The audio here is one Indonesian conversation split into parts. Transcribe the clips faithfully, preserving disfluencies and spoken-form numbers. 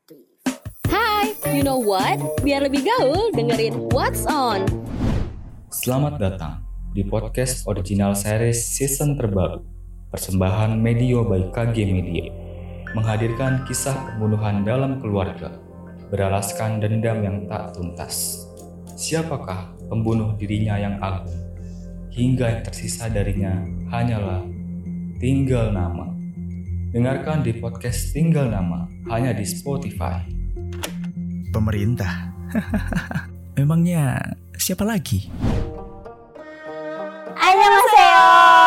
Hai, you know what? Biar lebih gaul, dengerin What's On. Selamat datang di podcast original series season terbaru, persembahan Medio by K G Media, menghadirkan kisah pembunuhan dalam keluarga, beralaskan dendam yang tak tuntas. Siapakah pembunuh dirinya yang agung? Hingga yang tersisa darinya hanyalah tinggal nama. Dengarkan di podcast Tinggal Nama hanya di Spotify. Pemerintah. Memangnya siapa lagi? Annyeonghaseyo.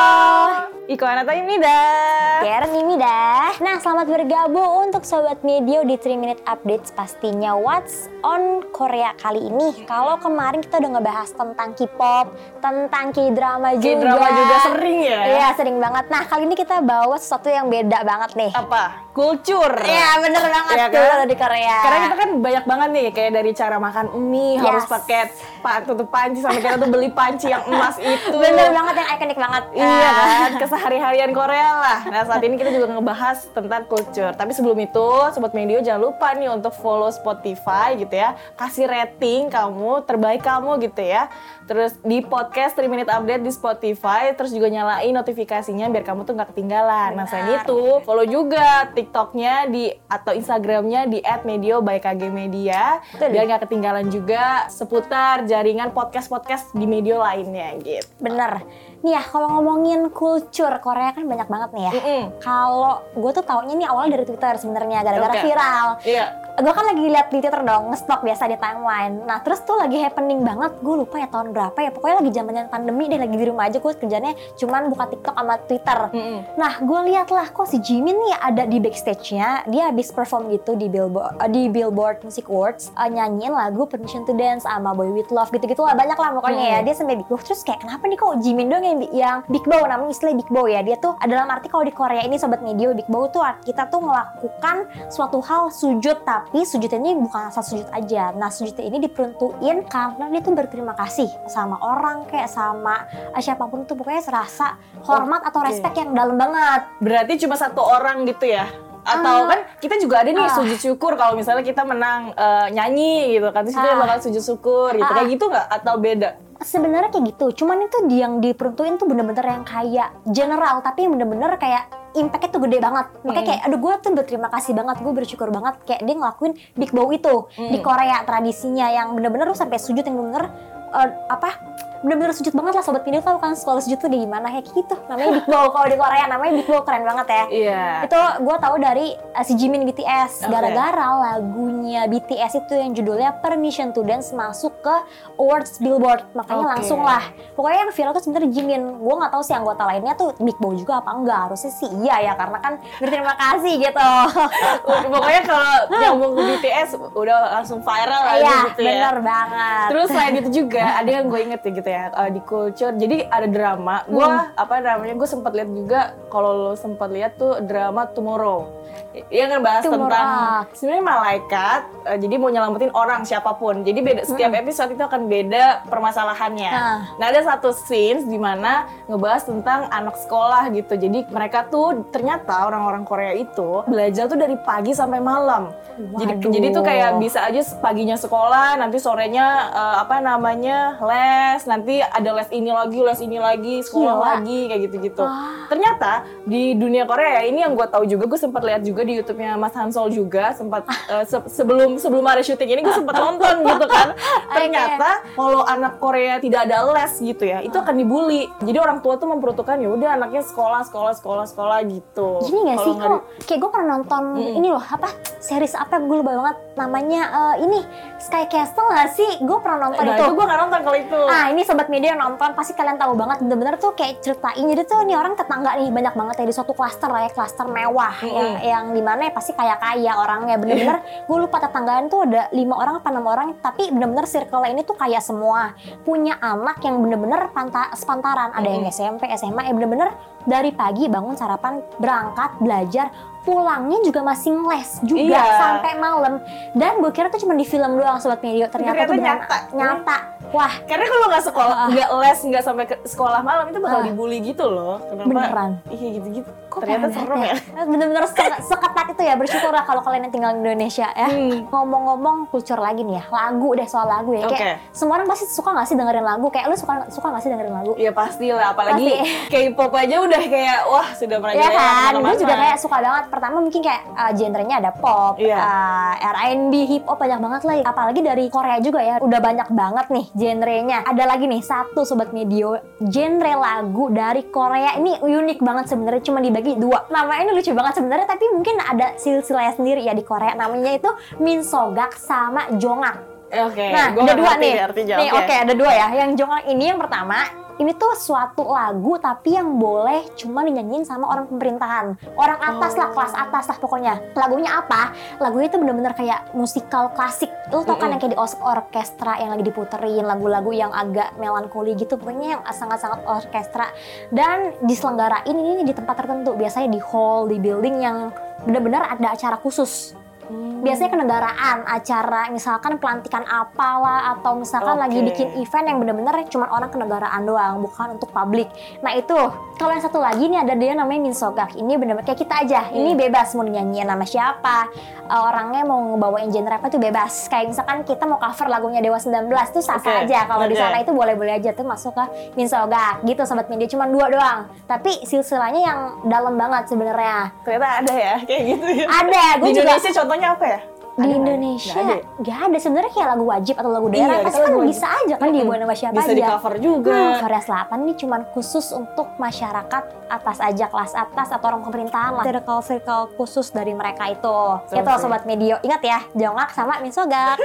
Iko Anatoimida. Karen Imida. Nah, selamat bergabung untuk Sobat Medio di three minute Updates, pastinya What's On Korea kali ini. Kalau kemarin kita udah ngebahas tentang K-pop, tentang K-drama juga. K-drama juga sering ya? Iya, sering banget. Nah, kali ini kita bawa sesuatu yang beda banget nih. Apa? Kultur. Iya, bener banget ya, tuh kan? di Korea. Karena kita kan banyak banget nih, kayak dari cara makan mie, Yes. harus pakai pa- tutup panci, sampai kita tuh beli panci yang emas itu. Bener banget, yang ikonik banget. Iya Ah. kan, kesehari-harian Korea lah. Nah, saat ini kita juga ngebahas tentang kultur. Tapi sebelum itu, Sobat Medio jangan lupa nih untuk follow Spotify gitu ya. Kasih rating kamu, terbaik kamu gitu ya. Terus di podcast three minute Update di Spotify. Terus juga nyalain notifikasinya biar kamu tuh gak ketinggalan. Nah, selain itu, follow juga TikToknya di atau Instagramnya di at medio by K G Media. Betul. Biar gak ketinggalan juga seputar jaringan podcast-podcast di media lainnya gitu. Bener. Nih ya, kalau ngomongin kultur Korea kan banyak banget nih ya. Mm-mm. Kalau gue tuh taunya nih awalnya dari Twitter sebenarnya, gara-gara Oke. viral. Iya. Gue kan lagi lihat di Twitter dong, nge-stalk biasa di timeline. Nah, terus tuh lagi happening banget, gue lupa ya tahun berapa ya. Pokoknya lagi zamannya pandemi deh, lagi di rumah aja gue kerjanya cuman buka TikTok sama Twitter. Mm-mm. Nah, gue lihat lah kok si Jimin nih ada di backstage-nya, dia habis perform gitu di Billboard uh, di Billboard Music Awards, uh, nyanyiin lagu Permission to Dance sama Boy With Love gitu-gitu lah, banyak lah pokoknya Hmm. ya. Dia sampai Big Bow, terus kayak kenapa nih kok Jimin dong yang, yang Big Bow, namanya istilah Big Bow ya. Dia tuh adalah arti kalau di Korea ini Sobat Medio, Big Bow tuh kita tuh melakukan suatu hal sujud, tapi sujud ini bukan asal sujud aja. Nah, sujudnya ini diperuntukin karena dia tuh berterima kasih sama orang kayak sama uh, siapapun tuh, pokoknya serasa hormat atau Oke. respect yang dalam banget. Berarti cuma satu orang gitu ya? Atau Ah. kan kita juga ada nih Ah. sujud syukur kalau misalnya kita menang eh, nyanyi gitu kan, terus kita Ah. bakal sujud syukur gitu. Ah. Kayak gitu nggak? Atau beda? Sebenarnya kayak gitu, cuman itu yang diperuntukin tuh bener-bener yang kayak general, tapi yang bener-bener kayak impact-nya tuh gede banget. Makanya kayak, aduh gue tuh berterima kasih banget, gue bersyukur banget kayak dia ngelakuin Big Bow itu di Korea tradisinya yang bener-bener lu sampai sujud yang bener-bener eh, apa bener-bener sujud banget lah. Sobat Medio tahu kan sekolah sujud tuh kayak gimana, kayak gitu. Namanya Big Bow kalau di Korea, namanya Big Bow, keren banget ya. Iya. Itu gue tahu dari uh, si Jimin B T S, Oke. gara-gara lagunya B T S itu yang judulnya Permission to Dance masuk ke awards Billboard, makanya Oke. langsung lah. Pokoknya yang viral tuh sebenarnya Jimin. Gue nggak tahu sih anggota lainnya tuh Big Bow juga apa enggak, harusnya sih iya ya, karena kan berterima kasih gitu. Pokoknya kalau nyambung ke B T S udah langsung viral aja Iya, gitu ya. bener banget. Terus selain itu juga ada yang gue inget ya gitu ya, uh, di culture. Jadi ada drama. Gue apa namanya? Gue sempat lihat juga. Kalau lo sempat lihat tuh drama Tomorrow. Yang kan bahas Tomorrow. tentang sebenarnya malaikat. uh, jadi mau nyelamatin orang siapapun. Jadi beda setiap episode itu akan beda permasalahannya. Nah. Nah, ada satu scenes di mana ngebahas tentang anak sekolah gitu. Jadi mereka tuh ternyata orang-orang Korea itu belajar tuh dari pagi sampai malam. Jadi Waduh. jadi tuh kayak bisa aja paginya sekolah, nanti sorenya eh, apa namanya les, nanti ada les ini lagi, les ini lagi, sekolah Gila. lagi kayak gitu-gitu. Ternyata di dunia Korea ini yang gue tahu juga, gue sempat lihat juga di YouTube-nya Mas Hansol juga sempat eh, se- sebelum sebelum ada syuting ini gue sempat nonton gitu kan. Ternyata kalau anak Korea tidak ada les gitu ya, itu akan dibully. Jadi orang tua tuh memperuntukkan ya udah anaknya sekolah, sekolah, sekolah, sekolah gitu. Gini gak sih, Kalau nggak kok kayak gue pernah nonton Mm-mm. ini loh, apa series apa gue lupa banget namanya, eh, ini Sky Castle gak sih? Gue pernah nonton Nah, itu. itu gue gak nonton kalau itu. Ah, ini Sobat Media yang nonton pasti kalian tahu banget, bener-bener tuh kayak ceritain. Jadi tuh nih orang tetangga nih banyak banget ya di suatu klaster lah ya, klaster mewah Mm-mm. yang yang dimana ya pasti kaya-kaya orangnya, bener-bener gue lupa tetanggaan tuh ada lima orang apa enam orang, tapi bener-bener circle ini tuh kaya semua, punya anak yang bener-bener panta, sepantaran, ada yang S M P, S M A, ya bener-bener dari pagi bangun sarapan berangkat belajar, pulangnya juga masih ngeles juga Iya. sampai malam. Dan gue kira tuh cuma di film doang Sobat Medio, ternyata, Ternyata tuh beneran nyata. nyata. Wah, Karena kalau nggak sekolah, nggak les, nggak sampai ke sekolah malam itu bakal Ah. dibully gitu loh. Kenapa? Beneran. Iya gitu-gitu. Kok ternyata pengen serem ya. banget Bener-bener se- seketat itu ya. Bersyukur lah kalau kalian yang tinggal di Indonesia ya. Hmm. Ngomong-ngomong kultur lagi nih ya, lagu deh, soal lagu ya. Oke. Kayak semua orang pasti suka gak sih dengerin lagu? Kayak lu suka suka gak sih dengerin lagu? Iya pastilah, apalagi Pasti. K-pop aja udah kayak wah sudah Iya merajalela kan, kemana-mana. gue juga kayak suka banget. Pertama mungkin kayak uh, genrenya ada pop, Iya. uh, R and B, hip hop banyak banget lah. Apalagi dari Korea juga ya, udah banyak banget nih genrenya. Ada lagi nih satu Sobat Medio, genre lagu dari Korea ini unik banget sebenarnya, cuma dibagi dua. Namanya ini lucu banget sebenarnya, tapi mungkin ada silsilahnya sendiri ya di Korea. Namanya itu Minsogak sama Jongak. Oke, Nah, gua ada nggak dua ngerti nih. artinya, Nih, oke. oke, ada dua ya. Yang Jongak ini yang pertama, ini tuh suatu lagu tapi yang boleh cuma dinyanyiin sama orang pemerintahan. Orang atas lah, kelas atas lah pokoknya. Lagunya apa? Lagunya itu bener-bener kayak musikal klasik. Lu tau kan yang kayak di os- orkestra yang lagi diputerin, lagu-lagu yang agak melankoli gitu. Pokoknya yang sangat-sangat orkestra. Dan diselenggarain ini di tempat tertentu. Biasanya di hall, di building yang bener-bener ada acara khusus. Biasanya kenegaraan, acara misalkan pelantikan apalah, atau misalkan Oke. lagi bikin event yang bener-bener cuma orang kenegaraan doang, bukan untuk publik. Nah itu, kalau yang satu lagi nih ada dia namanya Minsogak. Ini bener-bener kayak kita aja, ini bebas mau nyanyiin nama siapa, uh, orangnya mau ngebawain genre apa tuh bebas. Kayak misalkan kita mau cover lagunya Dewa sembilan belas tuh sah-sah Oke, aja. Kalau di oke. sana itu boleh-boleh aja tuh masuk ke Minsogak gitu Sobat Media. Cuma dua doang, tapi silsilahnya yang dalam banget sebenarnya. Ternyata ada ya kayak gitu ya. Ada, gue Di juga Indonesia contohnya apa ya? di Ada nggak? Indonesia Nggak ada ya? nggak ada sebenarnya, kayak lagu wajib atau lagu daerah Iya, pasti kita kan lagu wajib. bisa aja kan dibawain sama siapa Bisa aja. di cover juga. Hmm, Korea Selatan ini cuman khusus untuk masyarakat atas aja, kelas atas atau orang pemerintahan lah. Circle-circle khusus dari mereka itu. Itu Oke. Sobat Medio, ingat ya, Jongak sama Minsogak.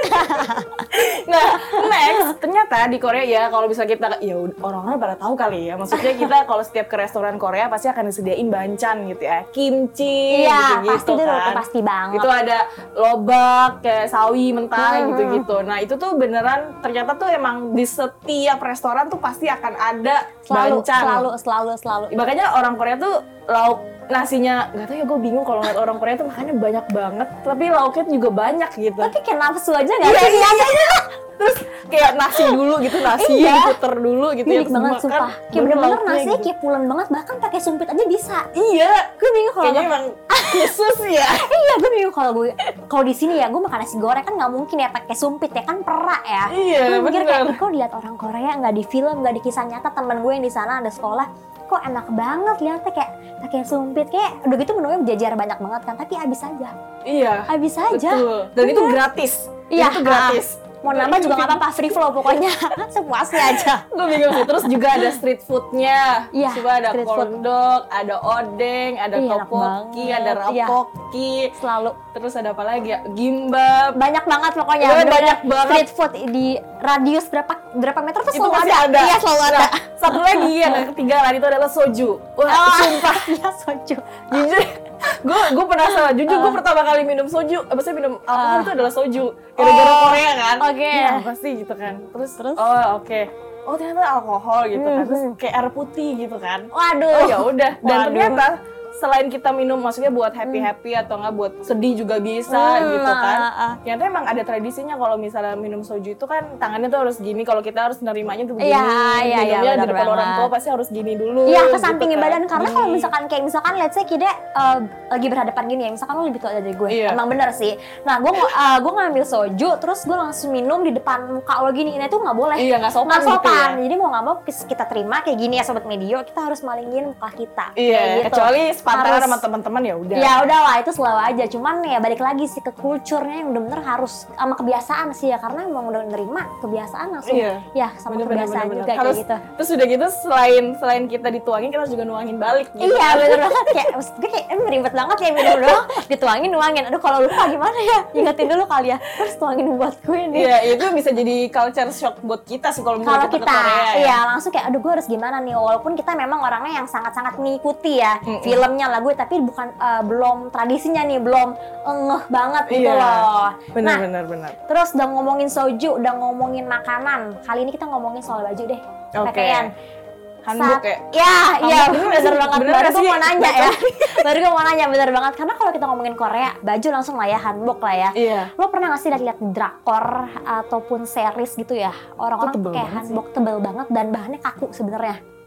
Nah, next, ternyata di Korea ya kalau bisa kita, ya udah, orang-orang pada tahu kali ya. Maksudnya kita kalau setiap ke restoran Korea pasti akan disediain banchan gitu ya, kimchi, Iya, gitu-gitu pasti dulu, kan. pasti banget. Itu ada lobak, kayak sawi mentah Hmm. gitu-gitu. Nah itu tuh beneran, ternyata tuh emang di setiap restoran tuh pasti akan ada Selalu, banchan. selalu, selalu, selalu. Makanya orang Korea tuh lauk nasinya, nggak tahu ya, gue bingung kalau ngeliat orang Korea tuh makannya banyak banget, tapi lauknya tuh juga banyak gitu. Tapi kayak nafsu aja nggak Iya, sih? iya. Terus kayak nasi dulu gitu, nasi Iya. diputer dulu gitu ya. Unik terus banget dimakan, sumpah. Kayak baru bener-bener lauknya nasinya gitu. kayak pulen banget, bahkan pakai sumpit aja bisa. Iya, Gue bingung kalau kayaknya emang khusus ya. Iya, gue bingung kalau gue kalau di sini ya, gue makan nasi goreng kan nggak mungkin ya pakai sumpit ya, kan perak ya. Iya, Gue mikir kayak, bener. "Ih, kok lihat orang Korea nggak di film, nggak di kisah nyata teman gue yang di sana ada sekolah, kok enak banget lihatnya kayak pakai sumpit, kayak udah gitu menunya berjajar banyak banget kan, tapi habis aja, Iya. habis aja. Betul. Dan itu gratis. Iya, itu gratis. Mau nambah juga nggak apa-apa, free flow pokoknya, sepuasnya aja. Gue bingung sih. Terus juga ada street foodnya. Iya, Coba ada street food. kondok, ada odeng, ada Iya, enak topoki, banget. ada Iya. rapoki. Selalu Terus ada apa lagi ya? Gimbap. banyak banget pokoknya. Iya, Bener-bener banyak banget. street food di radius berapa berapa meter tuh Itu selalu pasti ada. ada. Iya, selalu ada. Nah, satu lagi yang ketiga lah itu adalah soju. Wah, Oh, sumpah. Iya, soju. Jujur, gue gue penasaran. Jujur, gue pertama kali minum soju, apa sih minum alkohol Ah. itu adalah soju. Gara-gara Oh, Korea kan. oke. Ya, pasti gitu kan. Terus, Terus? oh oke. Oh ternyata alkohol gitu kan. Terus Mhm. kayak air putih gitu kan. Waduh. Oh ya udah. Dan Waduh. ternyata selain kita minum, maksudnya buat happy happy atau nggak buat sedih juga bisa Hmm, gitu kan. ah, ah. Ternyata emang ada tradisinya kalau misalnya minum soju itu kan tangannya tuh harus gini. Kalau kita harus nerimanya tuh begini. Iya, iya, iya, Minumnya di benar depan orang banget. tua pasti harus gini dulu. Iya, gitu kesampingin kan. badan, karena kalau Hmm. misalkan kayak misalkan let's say kita uh, lagi berhadapan gini ya, misalkan lo lebih tua dari gue, Iya. emang bener sih. Nah, gue uh, gue ngambil soju, terus gue langsung minum di depan muka lo gini, nah itu nggak boleh. Iya, nggak sopan Nggak gitu sopan. ya. Jadi mau nggak mau kita terima kayak gini ya Sobat Medio, kita harus malingin muka kita. Iya, Kayak gitu. kecuali sepantaran Harus- sama teman-teman ya udah. Ya udah lah, itu selalu aja. Cuman ya balik lagi sih ke kulturnya yang bener-bener harus sama kebiasaan sih ya, karena emang udah nerima kebiasaan langsung. Iya. Ya sama Bener, bener, kebiasaan bener, juga bener. kayak Harus, gitu. Terus udah gitu selain selain kita dituangin, kita harus juga nuangin balik gitu. Iya kan. bener banget, kayak maksud gue kayak em, ribet banget ya minum doang, dituangin nuangin. Aduh kalau lupa gimana ya, ingetin dulu kali ya. Terus tuangin buat gue nih. Iya, itu bisa jadi culture shock buat kita sih kalau Kalau misalnya kita, kita, ke Korea ya. iya langsung kayak aduh gue harus gimana nih, walaupun kita memang orangnya yang sangat-sangat mengikuti ya Mm-mm. filmnya lagu, tapi bukan eh, belum tradisinya nih, belum ngeh banget gitu Iya. loh. Benar, Nah, benar, benar. terus udah ngomongin soju, udah ngomongin makanan, kali ini kita ngomongin soal baju deh. Oke. Pakaian. Hanbok Saat- ya? Ya, iya Hanbok, bener, bener sih? banget. Bener Baru gak gue sih? mau nanya ya. Baru gue mau nanya, bener banget. Karena kalau kita ngomongin Korea, baju langsung lah ya, hanbok lah ya. Iya. Lo pernah gak sih lihat drakor ataupun series gitu ya? Orang-orang Kok tebel kayak banget sih? hanbok tebel banget dan bahannya kaku sebenarnya.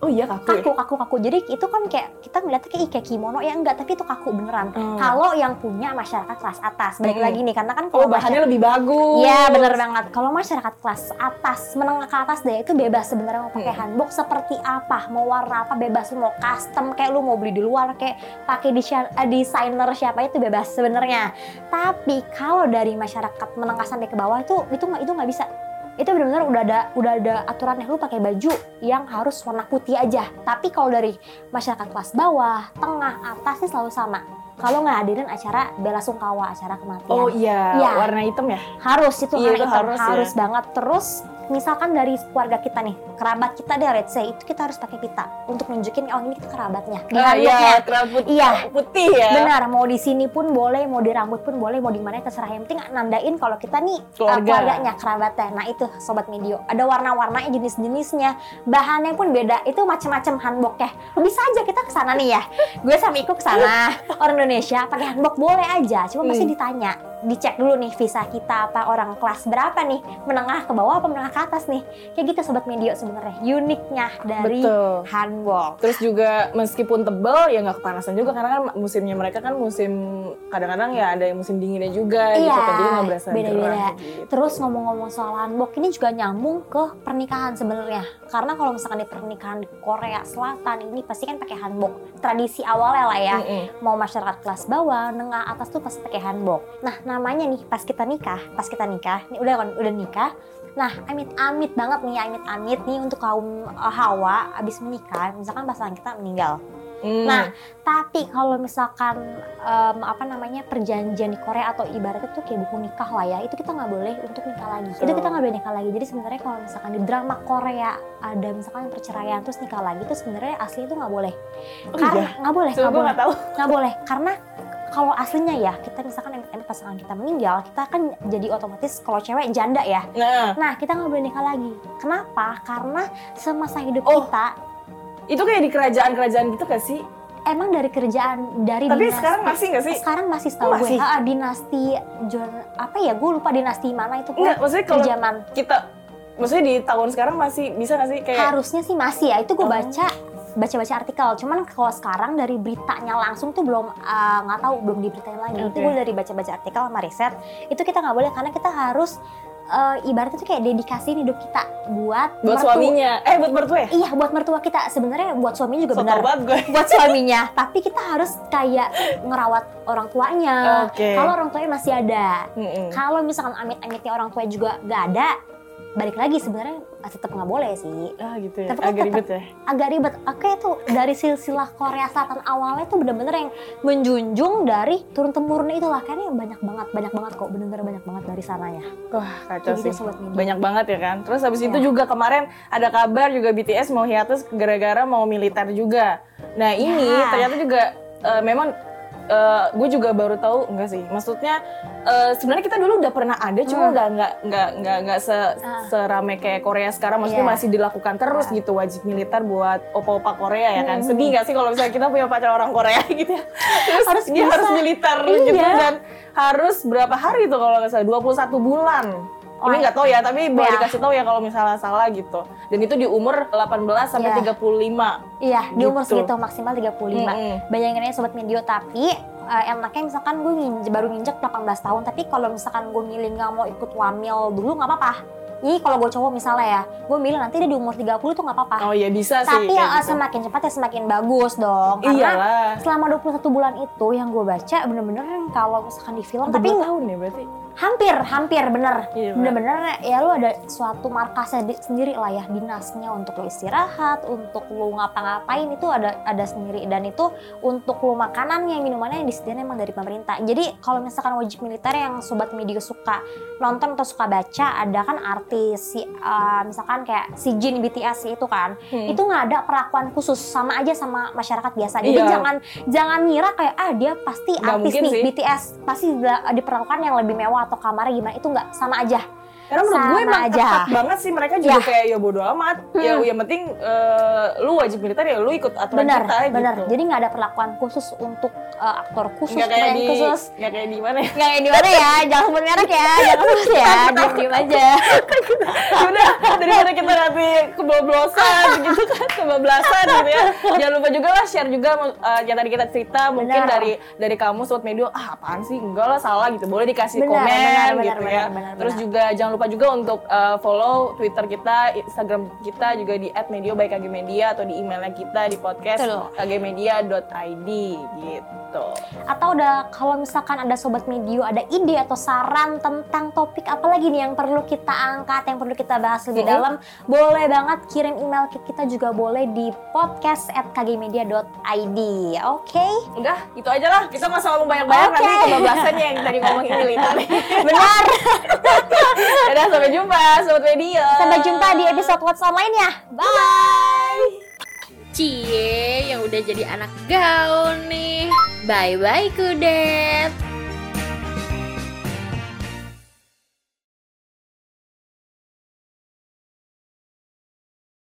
Oh iya kaku. Kaku, kaku, kaku. Jadi itu kan kayak kita ngeliatnya kayak, kayak kimono ya enggak, tapi itu kaku beneran. Hmm. Kalau yang punya masyarakat kelas atas, balik Hmm. lagi nih, karena kan Oh kalau bahannya lebih bagus. Iya bener banget. Kalau masyarakat kelas atas, menengah ke atas deh itu bebas sebenarnya mau pakai Hmm. hanbok seperti apa, mau warna apa bebas, lu mau custom kayak lu mau beli di luar kayak pakai desi- eh, desainer siapa itu bebas sebenarnya. Tapi kalau dari masyarakat menengah sampai ke bawah itu itu nggak itu nggak bisa. Itu benar-benar udah ada udah ada aturannya, lu pakai baju yang harus warna putih aja. Tapi kalau dari masyarakat kelas bawah, tengah, atas sih selalu sama. Kalau nggak hadirin acara bela sungkawa, acara kematian. Oh iya, Iya. warna hitam ya? Harus itu Iya, warna itu hitam, harus harus, ya. banget. Terus misalkan dari keluarga kita nih, kerabat kita deh, let's say, itu kita harus pakai pita untuk nunjukin oh ini kita kerabatnya. Di Ah, handuknya. iya, kerap putih, Iya. putih ya. Benar, mau di sini pun boleh, mau di rambut pun boleh, mau di mana terserah. Yang penting nandain kalau kita nih uh, Keluarga. keluarganya, kerabatnya. Nah itu sobat Medio, ada warna-warnanya, jenis-jenisnya, bahannya pun beda. Itu macam-macam hanboknya. Bisa aja kita kesana nih ya. Gue sama Iko kesana, orang Indonesia pakai hanbok boleh aja. Cuma masih Hmm. ditanya, dicek dulu nih visa kita apa orang kelas berapa nih, menengah ke bawah apa menengah ke atas nih. Kayak gitu sobat Medio sebenarnya. Uniknya dari Betul. hanbok. Terus juga meskipun tebel ya nggak kepanasan juga karena kan musimnya mereka kan musim kadang-kadang ya ada yang musim dinginnya juga gitu kan, jadi nggak berasa beda-beda. gerah gitu. Terus ngomong-ngomong soal hanbok ini juga nyambung ke pernikahan sebenarnya. Karena kalau misalkan di pernikahan di Korea Selatan ini pasti kan pakai hanbok. Tradisi awalnya lah ya. Mm-mm. Mau masyarakat kelas bawah, menengah, atas tuh pasti pakai hanbok. Nah, namanya nih pas kita nikah, pas kita nikah, nih udah kan udah nikah. Nah, amit-amit banget nih, amit-amit nih untuk kaum uh, Hawa abis menikah, misalkan pasangan kita meninggal. Mm. Nah, tapi kalau misalkan em, apa namanya perjanjian di Korea atau ibaratnya tuh kayak buku nikah lah ya, itu kita nggak boleh untuk nikah lagi. Itu kita nggak boleh nikah lagi. Jadi sebenarnya kalau misalkan di drama Korea ada misalkan perceraian terus nikah lagi, itu sebenarnya asli itu nggak boleh. Oh Karena iya? nggak boleh, Coba nggak gue boleh, nggak tahu. nggak boleh. Karena kalau aslinya ya kita misalkan yang pasangan kita meninggal, kita kan jadi otomatis kalau cewek janda ya. Nah, Nah, kita nggak boleh nikah lagi. Kenapa? Karena semasa hidup Oh. kita itu kayak di kerajaan-kerajaan gitu gak sih? emang dari kerjaan dari Tapi dinasti. sekarang masih nggak sih? Sekarang masih setahu Oh, gue. masih? Ah, dinasti John apa ya? Gue lupa dinasti mana itu. Enggak, maksudnya kalau zaman kita, maksudnya di tahun sekarang masih bisa gak sih kayak? harusnya sih masih ya. Itu gue Oh. baca baca-baca artikel. Cuman kalau sekarang dari beritanya langsung tuh belum ah, nggak tahu, belum diberitain lagi. Itu Oke. gue dari baca-baca artikel sama riset. Itu kita nggak boleh karena kita harus eh, ibaratnya tuh kayak dedikasiin hidup kita buat Buat mertua. suaminya, eh buat mertua ya? Iya, buat mertua kita. Sebenarnya buat suaminya juga So benar. tau banget gue. Buat suaminya, tapi kita harus kayak ngerawat orang tuanya. Oke. Kalau orang tuanya masih ada, Mm-mm. kalau misalkan amit-amitnya orang tua juga nggak ada, balik lagi sebenarnya tetap nggak boleh sih. Ah gitu ya, Tapi kan agak tetap- ribet ya. Agak ribet. Oke tuh dari silsilah Korea Selatan awalnya tuh bener-bener yang menjunjung dari turun temurun itulah. Kayaknya banyak banget, banyak banget kok, bener-bener banyak banget dari sananya. Wah kacau Kayak gitu sih. sobat media. Banyak banget ya kan. Terus habis itu Iya. juga kemarin ada kabar juga B T S mau hiatus gara-gara mau militer juga. Nah ini Ya. ternyata juga eh, memang eh, gue juga baru tahu enggak sih. Maksudnya eh, sebenarnya kita dulu udah pernah ada, cuma Hmm. nggak nggak nggak nggak nggak se Ah. serame kayak Korea sekarang. Maksudnya Iya. masih dilakukan terus Ah. gitu wajib militer buat opa-opa Korea ya kan. Hmm. Sedih nggak sih kalau misalnya kita punya pacar orang Korea gitu ya. Terus Harus dia bisa. harus militer Iya. gitu dan harus berapa hari tuh kalau nggak salah dua puluh satu bulan. Ini nggak tahu ya, tapi boleh Ya. dikasih tahu ya kalau misalnya salah gitu. Dan itu di umur delapan belas sampai Ya. tiga puluh lima. Iya, di umur Gitu. segitu maksimal tiga puluh lima. Mm-mm. Bayangin aja sobat medio, tapi eh, enaknya misalkan gue nginj- baru nginjek delapan belas tahun, tapi kalau misalkan gue milih nggak mau ikut wamil dulu nggak apa-apa. Ini kalau gue cowok misalnya ya, gue milih nanti dia di umur tiga puluh tuh nggak apa-apa. Oh iya bisa sih. Tapi kayak ya, gitu. semakin cepat ya semakin bagus dong. Karena Iyalah. selama dua puluh satu bulan itu yang gue baca bener-bener kalau misalkan di film, Tapi tapi dua tahun ya berarti. hampir, hampir bener. Iya, Bener-bener ya lu ada suatu markasnya di- sendiri lah ya, dinasnya untuk lu istirahat, untuk lu ngapa-ngapain itu ada ada sendiri, dan itu untuk lu makanannya, minumannya yang disediain emang dari pemerintah. Jadi kalau misalkan wajib militer yang sobat media suka nonton atau suka baca, ada kan artis si uh, misalkan kayak si Jin B T S itu kan, Hmm. itu nggak ada perlakuan khusus, sama aja sama masyarakat biasa. Jadi Iya. jangan jangan ngira kayak ah dia pasti Nggak artis mungkin nih sih. B T S pasti di- diperlakukan yang lebih mewah atau kamarnya gimana, itu nggak, sama aja. Karena menurut gue Sama emang aja. ketat banget sih, mereka juga Ya. kayak ya bodo amat. Ya Hmm. yang penting eh, lu wajib militer ya lu ikut aturan Bener, kita bener. gitu. Jadi nggak ada perlakuan khusus untuk uh, aktor khusus, Nggak kayak pemain di, khusus. nggak kayak di mana ya? Nggak kayak di mana ya, jangan sebut merek ya, jangan sebut ya, diam-diam aja. Udah, daripada kita nanti kebablasan gitu kan, kebablasan gitu ya. Jangan lupa juga lah share juga uh, yang tadi kita cerita, mungkin Benar. dari dari kamu Sobat Medio, ah apaan sih, enggak lah salah gitu, boleh dikasih Benar, komen benar, benar, gitu benar, ya. benar, Terus benar. juga jangan lupa juga untuk uh, follow Twitter kita, Instagram kita juga di at medio by K G Media atau di emailnya kita di podcast Betul. k g media dot i d gitu. Atau udah kalau misalkan ada Sobat Medio ada ide atau saran tentang topik apa lagi nih yang perlu kita angkat, yang perlu kita bahas lebih Mm-hmm. dalam, boleh banget kirim email ke kita juga boleh di podcast at k g media dot i d. Oke? Udah, itu aja lah. Kita nggak selalu banyak-banyak Oke. nanti kebablasannya yang tadi ngomongin Lita nih. Benar. Udah, sampai jumpa Sobat Medio. Sampai jumpa di episode WhatsApp lainnya. Bye. Cie yang udah jadi anak gaul nih. Bye bye kudet.